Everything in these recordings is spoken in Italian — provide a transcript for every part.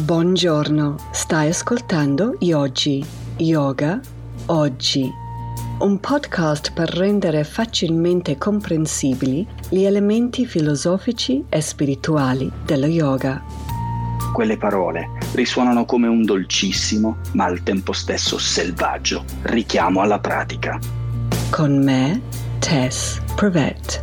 Buongiorno, stai ascoltando Yogi, Yoga Oggi, un podcast per rendere facilmente comprensibili gli elementi filosofici e spirituali dello yoga. Quelle parole risuonano come un dolcissimo, ma al tempo stesso selvaggio, richiamo alla pratica. Con me, Tess Prevet.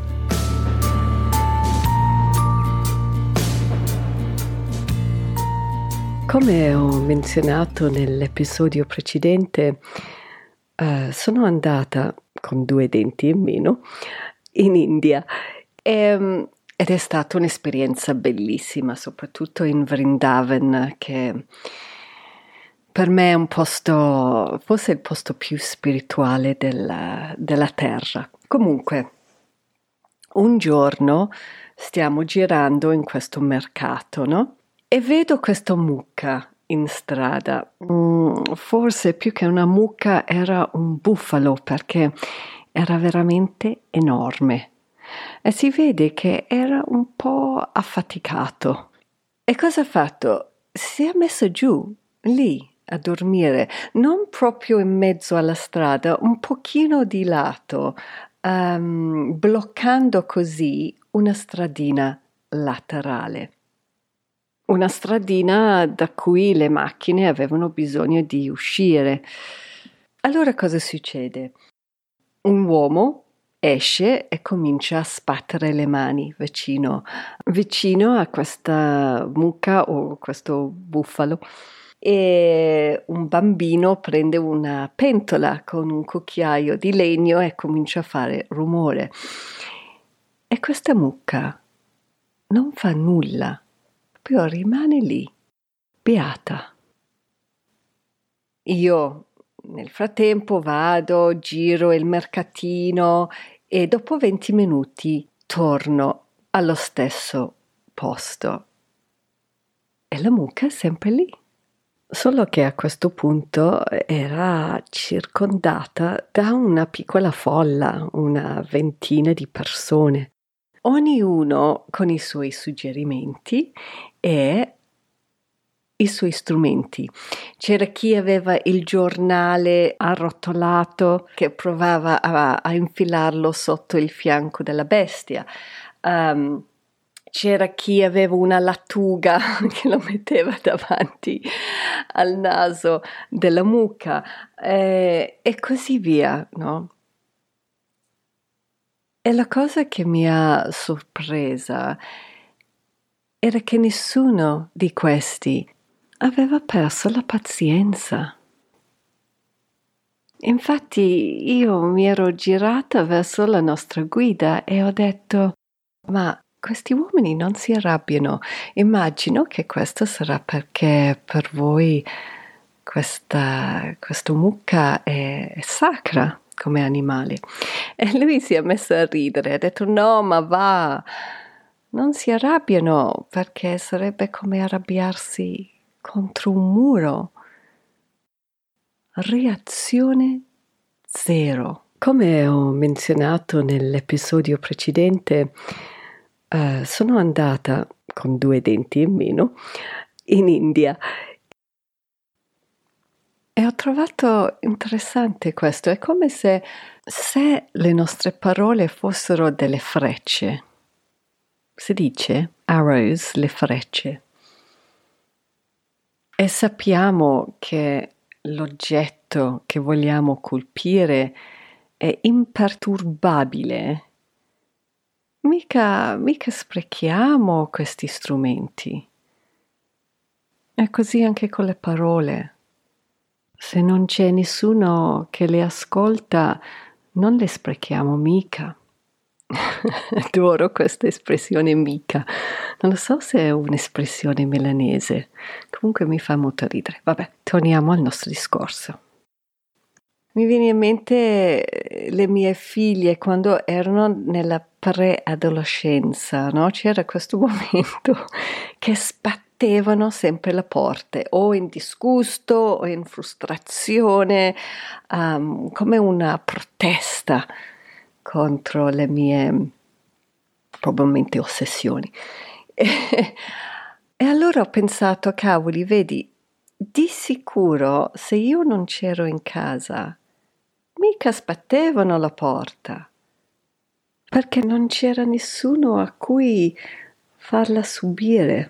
Come ho menzionato nell'episodio precedente, sono andata con 2 denti in meno in India ed è stata un'esperienza bellissima, soprattutto in Vrindavan, che per me è un posto, forse il posto più spirituale della terra. Comunque, un giorno stiamo girando in questo mercato, no? E vedo questa mucca in strada. Forse più che una mucca era un bufalo, perché era veramente enorme. E si vede che era un po' affaticato. E cosa ha fatto? Si è messo giù, lì, a dormire, non proprio in mezzo alla strada, un pochino di lato, bloccando così una stradina laterale. Una stradina da cui le macchine avevano bisogno di uscire. Allora cosa succede? Un uomo esce e comincia a sbattere le mani vicino a questa mucca o questo bufalo, e un bambino prende una pentola con un cucchiaio di legno e comincia a fare rumore. E questa mucca non fa nulla. Rimane lì, beata. Io nel frattempo vado, giro il mercatino e dopo 20 minuti torno allo stesso posto. E la mucca è sempre lì. Solo che a questo punto era circondata da una piccola folla, una ventina di persone. Ognuno con i suoi suggerimenti e i suoi strumenti. C'era chi aveva il giornale arrotolato che provava a infilarlo sotto il fianco della bestia. C'era chi aveva una lattuga che lo metteva davanti al naso della mucca e così via, no? E la cosa che mi ha sorpresa era che nessuno di questi aveva perso la pazienza. Infatti io mi ero girata verso la nostra guida e ho detto: ma questi uomini non si arrabbiano. Immagino che questo sarà perché per voi questa mucca è sacra come animale. E lui si è messo a ridere, ha detto: no, ma va, non si arrabbiano, perché sarebbe come arrabbiarsi contro un muro. Reazione zero. Come ho menzionato nell'episodio precedente, sono andata con 2 denti in meno in India. E ho trovato interessante questo, è come se le nostre parole fossero delle frecce. Si dice arrows, le frecce. E sappiamo che l'oggetto che vogliamo colpire è imperturbabile. Mica sprechiamo questi strumenti. È così anche con le parole. Se non c'è nessuno che le ascolta, non le sprechiamo mica. Adoro questa espressione mica. Non lo so se è un'espressione milanese. Comunque mi fa molto ridere. Vabbè, torniamo al nostro discorso. Mi viene in mente le mie figlie quando erano nella preadolescenza, no? C'era questo momento che sbattevano sempre le porte, o in disgusto o in frustrazione, come una protesta contro le mie probabilmente ossessioni. E allora ho pensato, cavoli, vedi, di sicuro se io non c'ero in casa, mica sbattevano alla porta, perché non c'era nessuno a cui farla subire.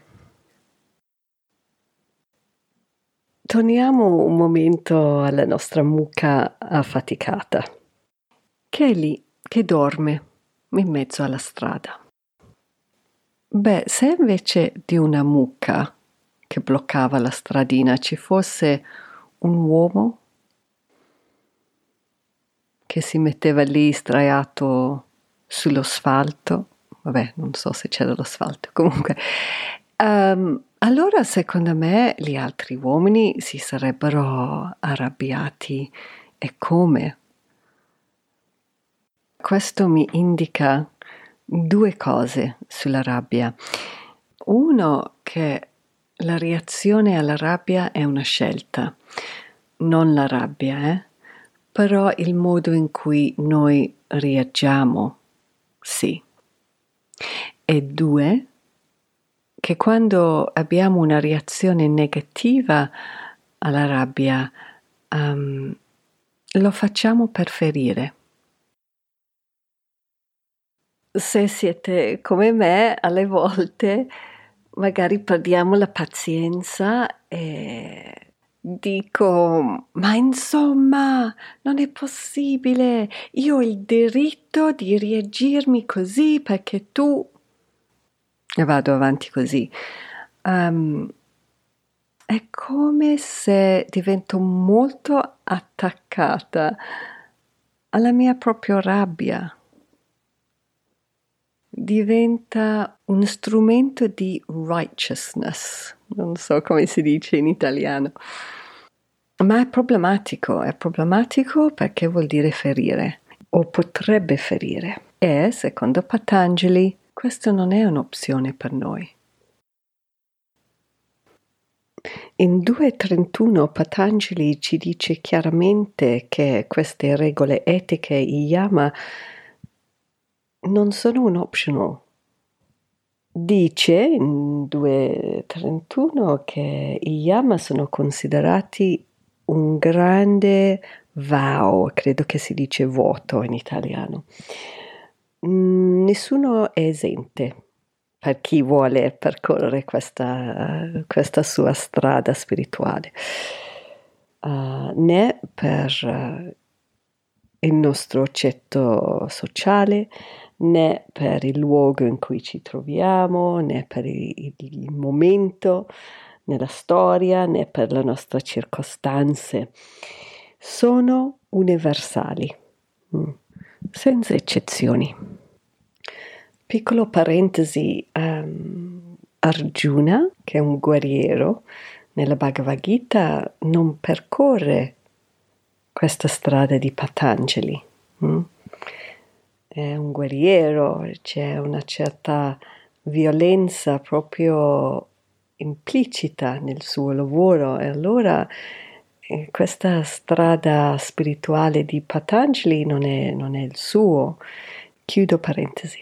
Torniamo un momento alla nostra mucca affaticata, che è lì, che dorme in mezzo alla strada. Beh, se invece di una mucca che bloccava la stradina ci fosse un uomo che si metteva lì sdraiato sullo vabbè, non so se c'era l'asfalto, comunque, allora secondo me gli altri uomini si sarebbero arrabbiati. E come? Questo mi indica due cose sulla rabbia. Uno, che la reazione alla rabbia è una scelta, non la rabbia, però il modo in cui noi reagiamo, sì. E due, che quando abbiamo una reazione negativa alla rabbia, lo facciamo per ferire. Se siete come me, alle volte magari perdiamo la pazienza e dico, ma insomma, non è possibile, io ho il diritto di reagirmi così perché tu... E vado avanti così. È come se divento molto attaccata alla mia propria rabbia. Diventa un strumento di righteousness, non so come si dice in italiano, ma è problematico perché vuol dire ferire, o potrebbe ferire, e secondo Patanjali questo non è un'opzione per noi. In 2.31 Patanjali ci dice chiaramente che queste regole etiche, i yama, non sono un optional. Dice in 2.31 che i yama sono considerati un grande vow, credo che si dice voto in italiano. Nessuno è esente per chi vuole percorrere questa sua strada spirituale, né per il nostro ceto sociale, né per il luogo in cui ci troviamo, né per il momento nella storia, né per le nostre circostanze. Sono universali, senza eccezioni. Piccolo parentesi, Arjuna, che è un guerriero, nella Bhagavad Gita non percorre questa strada di Patanjali. È un guerriero, c'è una certa violenza proprio implicita nel suo lavoro, e allora questa strada spirituale di Patanjali non è il suo. Chiudo parentesi.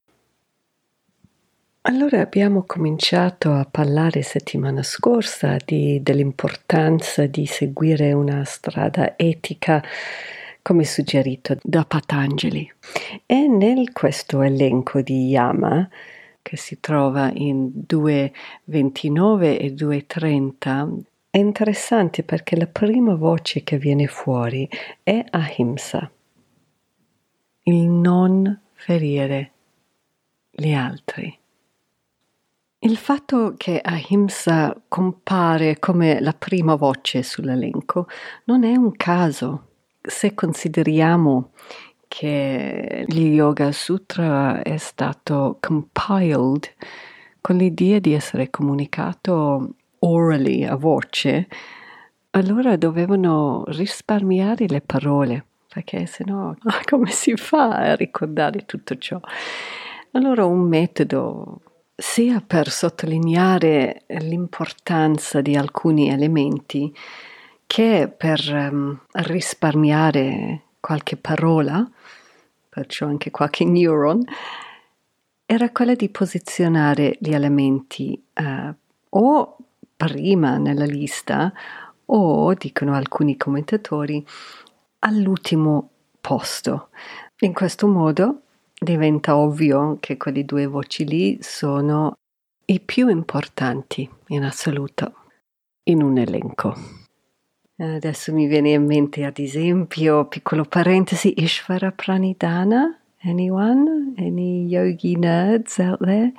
Allora abbiamo cominciato a parlare settimana scorsa dell'importanza di seguire una strada etica come suggerito da Patanjali, e questo elenco di yama che si trova in 2.29 e 2.30 è interessante perché la prima voce che viene fuori è ahimsa, il non ferire gli altri. Il fatto che ahimsa compare come la prima voce sull'elenco non è un caso. Se consideriamo che il Yoga Sutra è stato compiled con l'idea di essere comunicato orally, a voce, allora dovevano risparmiare le parole, perché sennò come si fa a ricordare tutto ciò? Allora un metodo, sia per sottolineare l'importanza di alcuni elementi, che per risparmiare qualche parola, perciò anche qualche neuron, era quella di posizionare gli elementi o prima nella lista o, dicono alcuni commentatori, all'ultimo posto. In questo modo diventa ovvio che quelle due voci lì sono i più importanti in assoluto in un elenco. Adesso mi viene in mente, ad esempio, piccolo parentesi, Ishvara Pranidhana. Anyone? Any yogi nerds out there?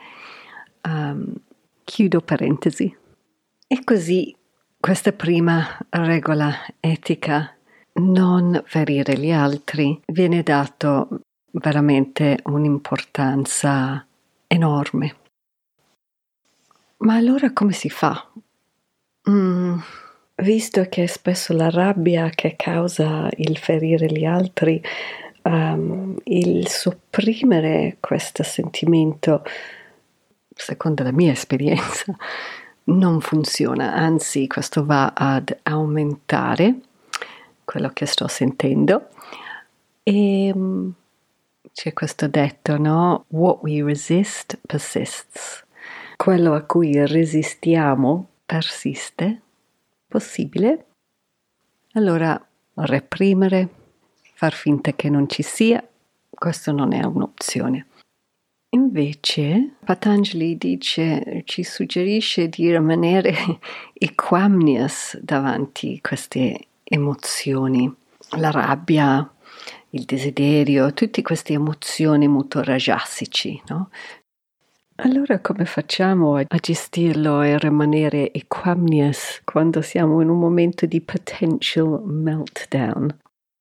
Chiudo parentesi. E così questa prima regola etica, non ferire gli altri, viene dato veramente un'importanza enorme. Ma allora come si fa? Visto che è spesso la rabbia che causa il ferire gli altri, il sopprimere questo sentimento, secondo la mia esperienza, non funziona, anzi questo va ad aumentare quello che sto sentendo. E c'è questo detto, no? What we resist persists. Quello a cui resistiamo persiste. Possibile? Allora reprimere, far finta che non ci sia, questo non è un'opzione. Invece Patanjali ci suggerisce di rimanere equanimous davanti a queste emozioni, la rabbia, il desiderio, tutte queste emozioni molto rajasici, no? Allora come facciamo a gestirlo e rimanere equanimous quando siamo in un momento di potential meltdown?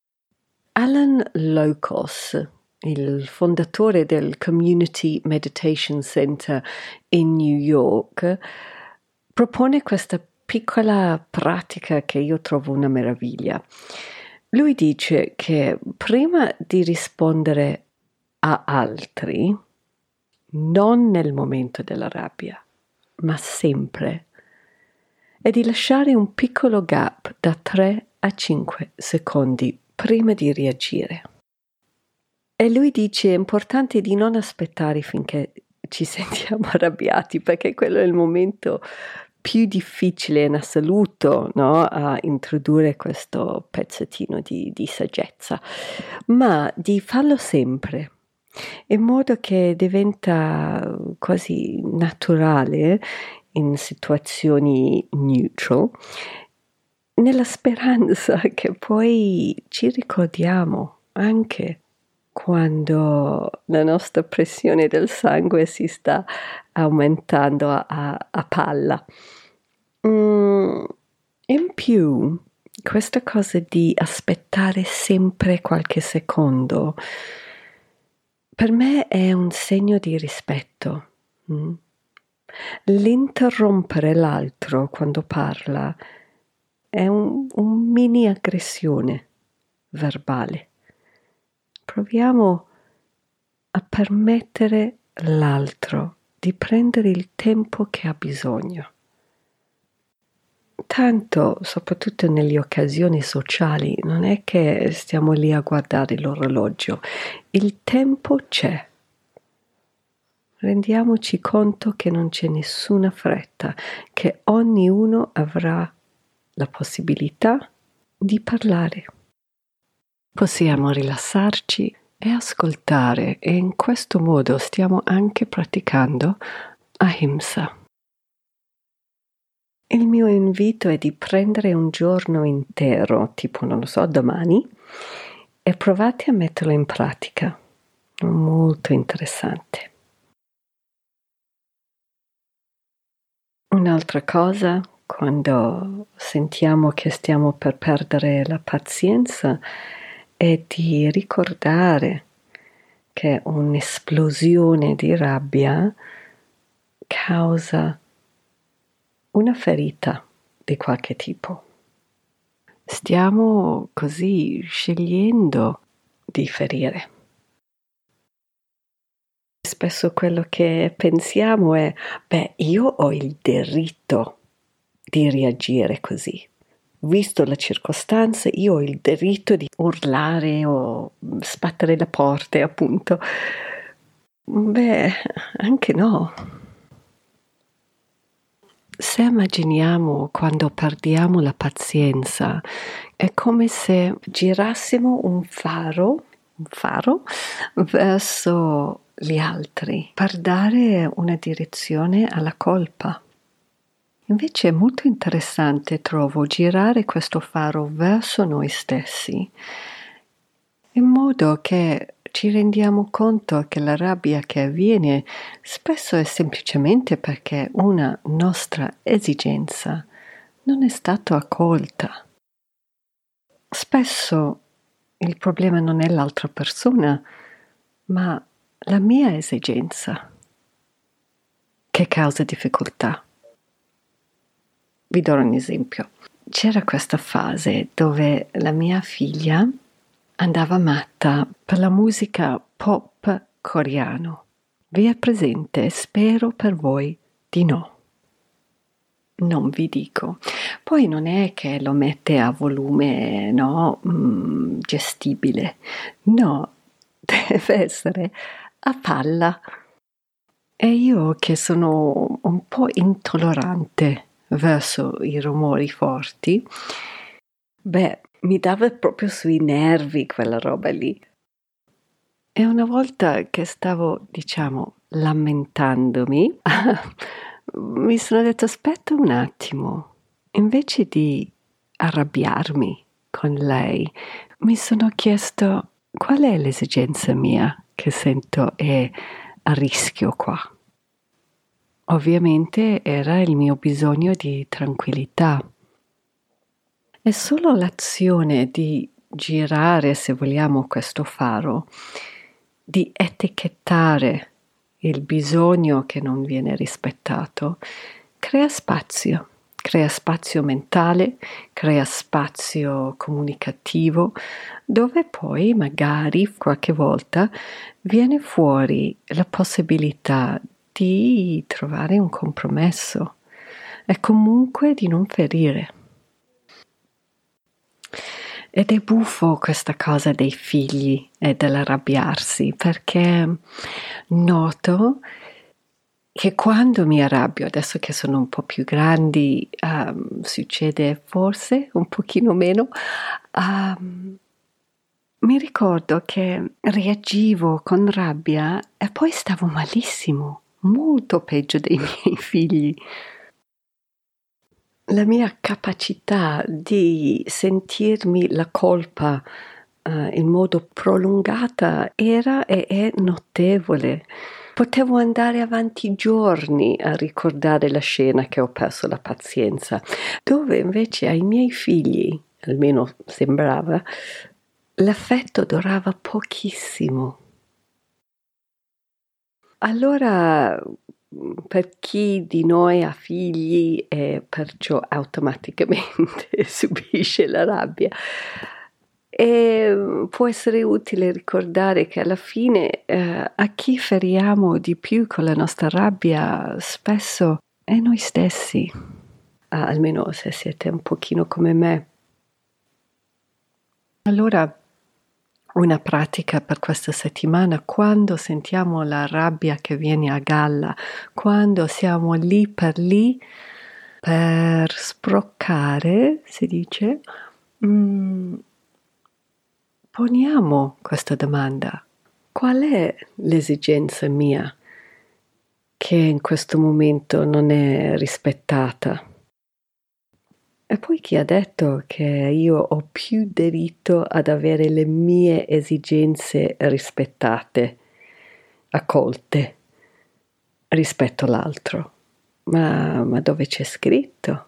Alan Locos, il fondatore del Community Meditation Center in New York, propone questa piccola pratica che io trovo una meraviglia. Lui dice che prima di rispondere a altri, non nel momento della rabbia, ma sempre, è di lasciare un piccolo gap da 3 a 5 secondi prima di reagire. E lui dice è importante di non aspettare finché ci sentiamo arrabbiati, perché quello è il momento più difficile in assoluto, no? A introdurre questo pezzettino di saggezza, ma di farlo sempre, in modo che diventa quasi naturale in situazioni neutral, nella speranza che poi ci ricordiamo anche quando la nostra pressione del sangue si sta aumentando a palla. In più, questa cosa di aspettare sempre qualche secondo, per me è un segno di rispetto. L'interrompere l'altro quando parla è un mini aggressione verbale. Proviamo a permettere all'altro di prendere il tempo che ha bisogno. Tanto, soprattutto nelle occasioni sociali, non è che stiamo lì a guardare l'orologio. Il tempo c'è. Rendiamoci conto che non c'è nessuna fretta, che ognuno avrà la possibilità di parlare. Possiamo rilassarci e ascoltare, e in questo modo stiamo anche praticando ahimsa. Il mio invito è di prendere un giorno intero, tipo non lo so, domani, e provate a metterlo in pratica. Molto interessante. Un'altra cosa, quando sentiamo che stiamo per perdere la pazienza, è di ricordare che un'esplosione di rabbia causa una ferita di qualche tipo. Stiamo così scegliendo di ferire. Spesso quello che pensiamo è, io ho il diritto di reagire così. Visto le circostanze, io ho il diritto di urlare o sbattere le porte, appunto. Anche no. Se immaginiamo quando perdiamo la pazienza, è come se girassimo un faro verso gli altri per dare una direzione alla colpa. Invece è molto interessante, trovo, girare questo faro verso noi stessi, in modo che ci rendiamo conto che la rabbia che avviene spesso è semplicemente perché una nostra esigenza non è stata accolta. Spesso il problema non è l'altra persona, ma la mia esigenza che causa difficoltà. Vi do un esempio. C'era questa fase dove la mia figlia andava matta per la musica pop coreano. Vi è presente? Spero per voi di no. Non vi dico. Poi non è che lo mette a volume, no, gestibile. No, deve essere a palla. E io che sono un po' intollerante verso i rumori forti, mi dava proprio sui nervi quella roba lì. E una volta che stavo, lamentandomi, mi sono detto, aspetta un attimo, invece di arrabbiarmi con lei, mi sono chiesto qual è l'esigenza mia che sento è a rischio qua. Ovviamente era il mio bisogno di tranquillità. È solo l'azione di girare, se vogliamo, questo faro, di etichettare il bisogno che non viene rispettato, crea spazio mentale, crea spazio comunicativo, dove poi magari qualche volta viene fuori la possibilità di trovare un compromesso e comunque di non ferire. Ed è buffo questa cosa dei figli e dell'arrabbiarsi, perché noto che quando mi arrabbio, adesso che sono un po' più grandi, succede forse un pochino meno, mi ricordo che reagivo con rabbia e poi stavo malissimo, molto peggio dei miei figli. La mia capacità di sentirmi la colpa in modo prolungata era e è notevole. Potevo andare avanti giorni a ricordare la scena che ho perso la pazienza, dove invece ai miei figli, almeno sembrava, l'affetto durava pochissimo. Allora, per chi di noi ha figli e perciò automaticamente subisce la rabbia, e può essere utile ricordare che alla fine a chi feriamo di più con la nostra rabbia spesso è noi stessi, almeno se siete un pochino come me. Allora, una pratica per questa settimana: quando sentiamo la rabbia che viene a galla, quando siamo lì per sbroccare, si dice, poniamo questa domanda: qual è l'esigenza mia che in questo momento non è rispettata? E poi chi ha detto che io ho più diritto ad avere le mie esigenze rispettate, accolte, rispetto all'altro? Ma dove c'è scritto?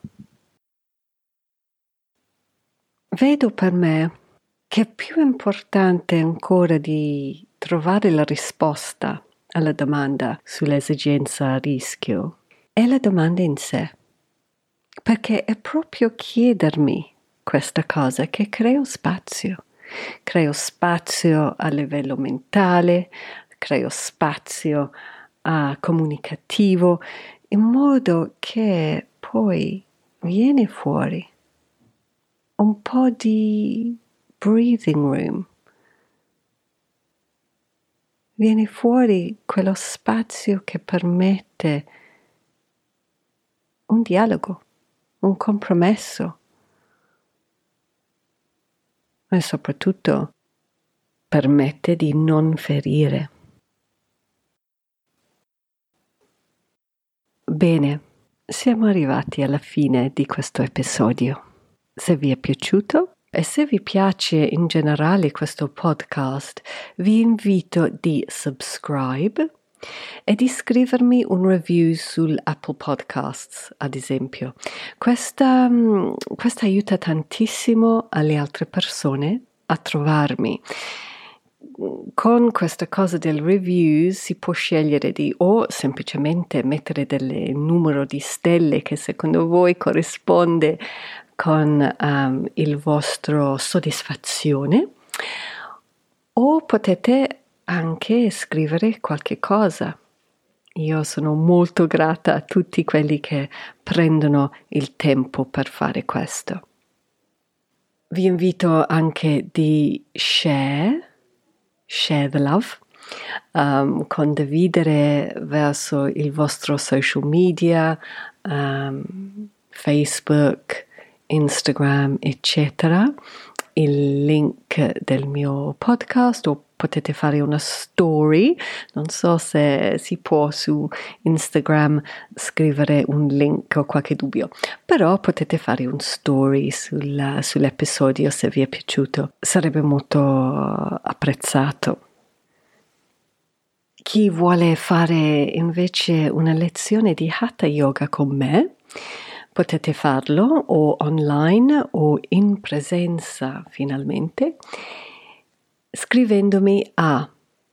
Vedo per me che è più importante ancora di trovare la risposta alla domanda sull'esigenza a rischio è la domanda in sé. Perché è proprio chiedermi questa cosa che creo spazio a livello mentale, creo spazio comunicativo, in modo che poi viene fuori un po' di breathing room, viene fuori quello spazio che permette un dialogo, un compromesso e soprattutto permette di non ferire. Bene, siamo arrivati alla fine di questo episodio. Se vi è piaciuto e se vi piace in generale questo podcast, vi invito di subscribe e di scrivermi un review sull'Apple Podcasts, ad esempio. Questa aiuta tantissimo alle altre persone a trovarmi. Con questa cosa del review si può scegliere di o semplicemente mettere del numero di stelle che secondo voi corrisponde con il vostro soddisfazione, o potete anche scrivere qualche cosa. Io sono molto grata a tutti quelli che prendono il tempo per fare questo. Vi invito anche di share the love, condividere verso il vostro social media, Facebook, Instagram, eccetera, il link del mio podcast, o potete fare una story. Non so se si può su Instagram scrivere un link, ho qualche dubbio, però potete fare un story sull'episodio se vi è piaciuto. Sarebbe molto apprezzato. Chi vuole fare invece una lezione di Hatha Yoga con me, potete farlo o online o in presenza finalmente, scrivendomi a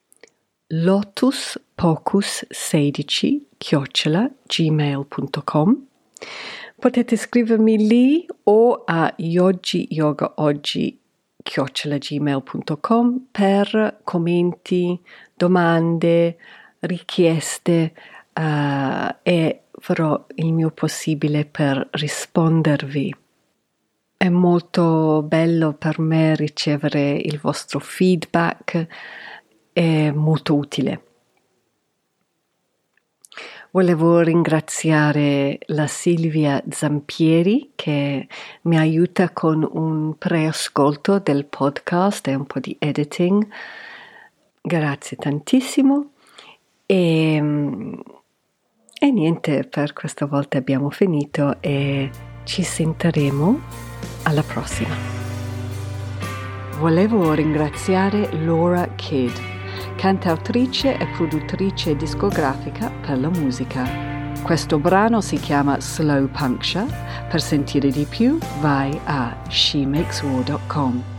lotuspocus16@gmail.com. Potete scrivermi lì o a yogiyogaoggi@gmail.com per commenti, domande, richieste e farò il mio possibile per rispondervi. È molto bello per me ricevere il vostro feedback, è molto utile. Volevo ringraziare la Silvia Zampieri che mi aiuta con un preascolto del podcast e un po' di editing. Grazie tantissimo e niente, per questa volta abbiamo finito e ci sentiremo alla prossima. Volevo ringraziare Laura Kidd, cantautrice e produttrice discografica per la musica. Questo brano si chiama Slow Puncture. Per sentire di più vai a shemakeswar.com.